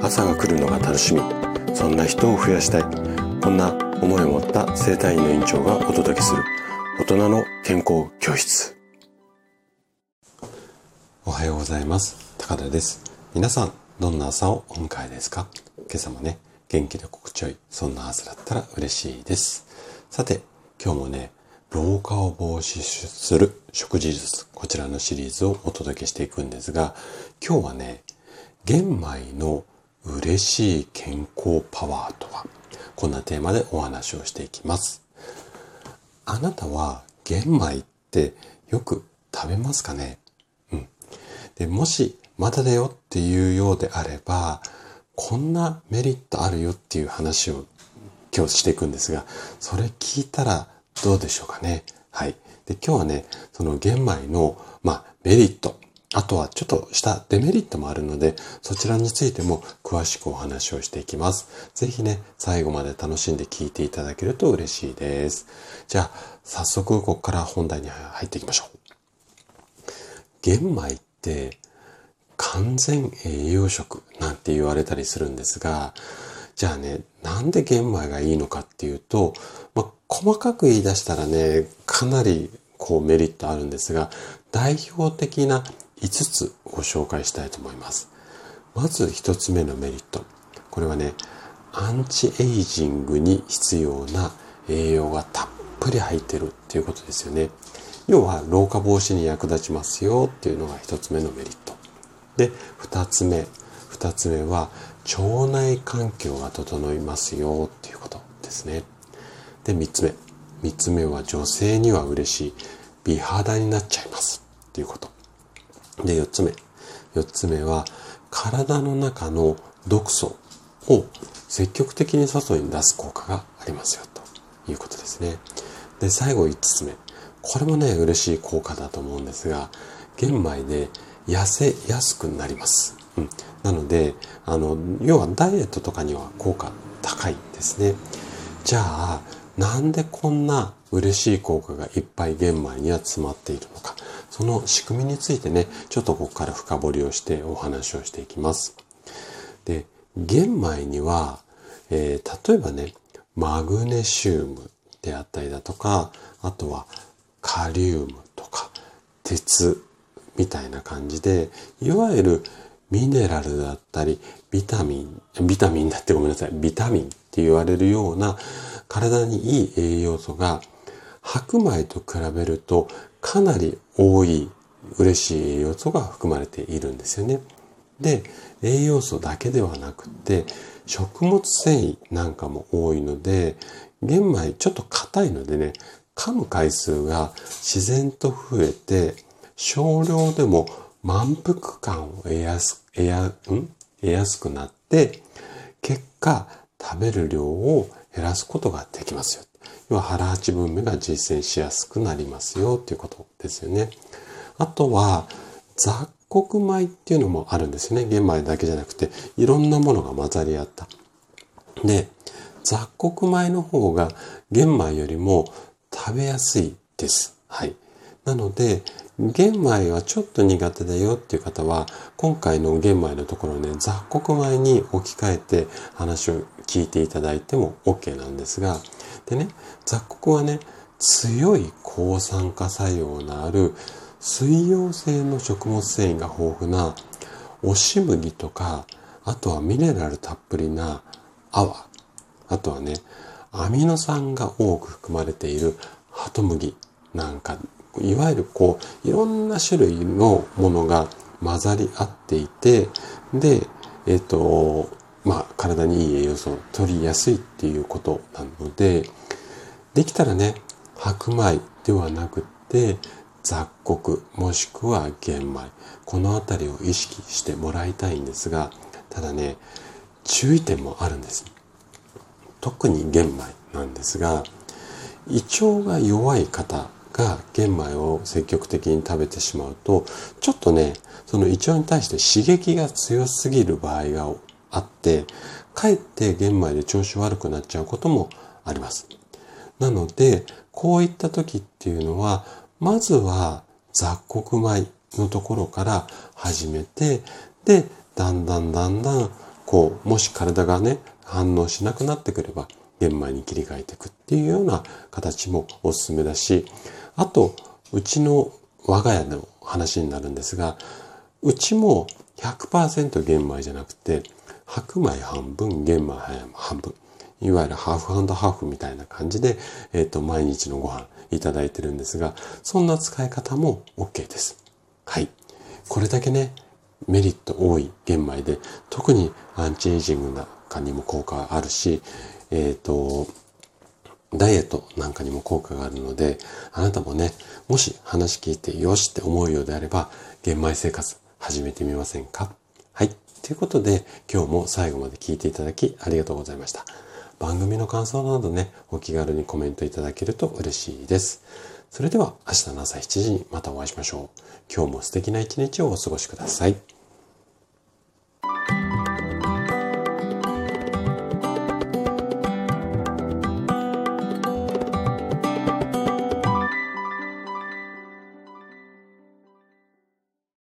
朝が来るのが楽しみ、そんな人を増やしたい、こんな思いを持った整体院の院長がお届けする大人の健康教室。おはようございます。高田です。皆さんどんな朝をお迎えですか？今朝もね、元気で心地よい、そんな朝だったら嬉しいです。さて、今日もね、老化を防止する食事術、こちらのシリーズをお届けしていくんですが、今日はね、玄米の嬉しい健康パワーとは、こんなテーマでお話をしていきます。あなたは玄米ってよく食べますかね？で、もしまだだよっていうようであれば、こんなメリットあるよっていう話を今日していくんですが、それ聞いたらどうでしょうかね。はい。で、今日はね、その玄米の、メリット、あとはちょっとしたデメリットもあるので、そちらについても詳しくお話をしていきます。ぜひね、最後まで楽しんで聞いていただけると嬉しいです。じゃあ、早速ここから本題に入っていきましょう。玄米って完全栄養食なんて言われたりするんですが、じゃあね、なんで玄米がいいのかっていうと、細かく言い出したらね、かなりメリットあるんですが、代表的な5つご紹介したいと思います。まず1つ目のメリット。これはね、アンチエイジングに必要な栄養がたっぷり入ってるっていうことですよね。要は老化防止に役立ちますよっていうのが1つ目のメリット。で、2つ目は腸内環境が整いますよっていうことですね。で、3つ目は女性には嬉しい美肌になっちゃいますっていうこと。で、4つ目は体の中の毒素を積極的に外に出す効果がありますよということですね。で、最後5つ目。これもね、嬉しい効果だと思うんですが、玄米で痩せやすくなります。なので、要はダイエットとかには効果高いですね。じゃあ、なんでこんな嬉しい効果がいっぱい玄米には詰まっているのか。その仕組みについてね、ちょっとここから深掘りをしてお話をしていきます。で、玄米には、例えばね、マグネシウムであったりだとか、あとはカリウムとか鉄みたいな感じで、いわゆるミネラルだったり、ビタミンって言われるような体にいい栄養素が白米と比べるとかなり多い嬉しい栄養素が含まれているんですよね。で、栄養素だけではなくて食物繊維なんかも多いので、玄米ちょっと硬いのでね、噛む回数が自然と増えて、少量でも満腹感を得やすくなって、結果食べる量を減らすことができますよ。要は腹八分目が実践しやすくなりますよということですよね。あとは雑穀米っていうのもあるんですよね。玄米だけじゃなくていろんなものが混ざり合った。で、雑穀米の方が玄米よりも食べやすいです。はい。なので、玄米はちょっと苦手だよっていう方は、今回の玄米のところね、雑穀米に置き換えて話を聞いていただいても OK なんですが、でね、雑穀はね、強い抗酸化作用のある水溶性の食物繊維が豊富な押し麦とか、あとはミネラルたっぷりな粟、あとはね、アミノ酸が多く含まれているハトムギなんか、いわゆるいろんな種類のものが混ざり合っていて、で、体にいい栄養素を取りやすいっていうことなので、できたらね、白米ではなくって雑穀もしくは玄米、このあたりを意識してもらいたいんですが、ただね、注意点もあるんです。特に玄米なんですが、胃腸が弱い方が玄米を積極的に食べてしまうと、ちょっとね、その胃腸に対して刺激が強すぎる場合があって、かえって玄米で調子悪くなっちゃうこともあります。なので、こういった時っていうのは、まずは雑穀米のところから始めて、で、だんだんもし体がね、反応しなくなってくれば、玄米に切り替えていくっていうような形もおすすめだし、あと、うちの我が家の話になるんですが、うちも 100% 玄米じゃなくて、白米半分、玄米半分。いわゆるハーフハーフみたいな感じで、毎日のご飯いただいてるんですが、そんな使い方も OK です。はい。これだけね、メリット多い玄米で、特にアンチエイジングなんかにも効果があるし、ダイエットなんかにも効果があるので、あなたもね、もし話聞いてよしって思うようであれば、玄米生活始めてみませんか？はい。ということで、今日も最後まで聞いていただきありがとうございました。番組の感想などね、お気軽にコメントいただけると嬉しいです。それでは明日の朝7時にまたお会いしましょう。今日も素敵な一日をお過ごしください。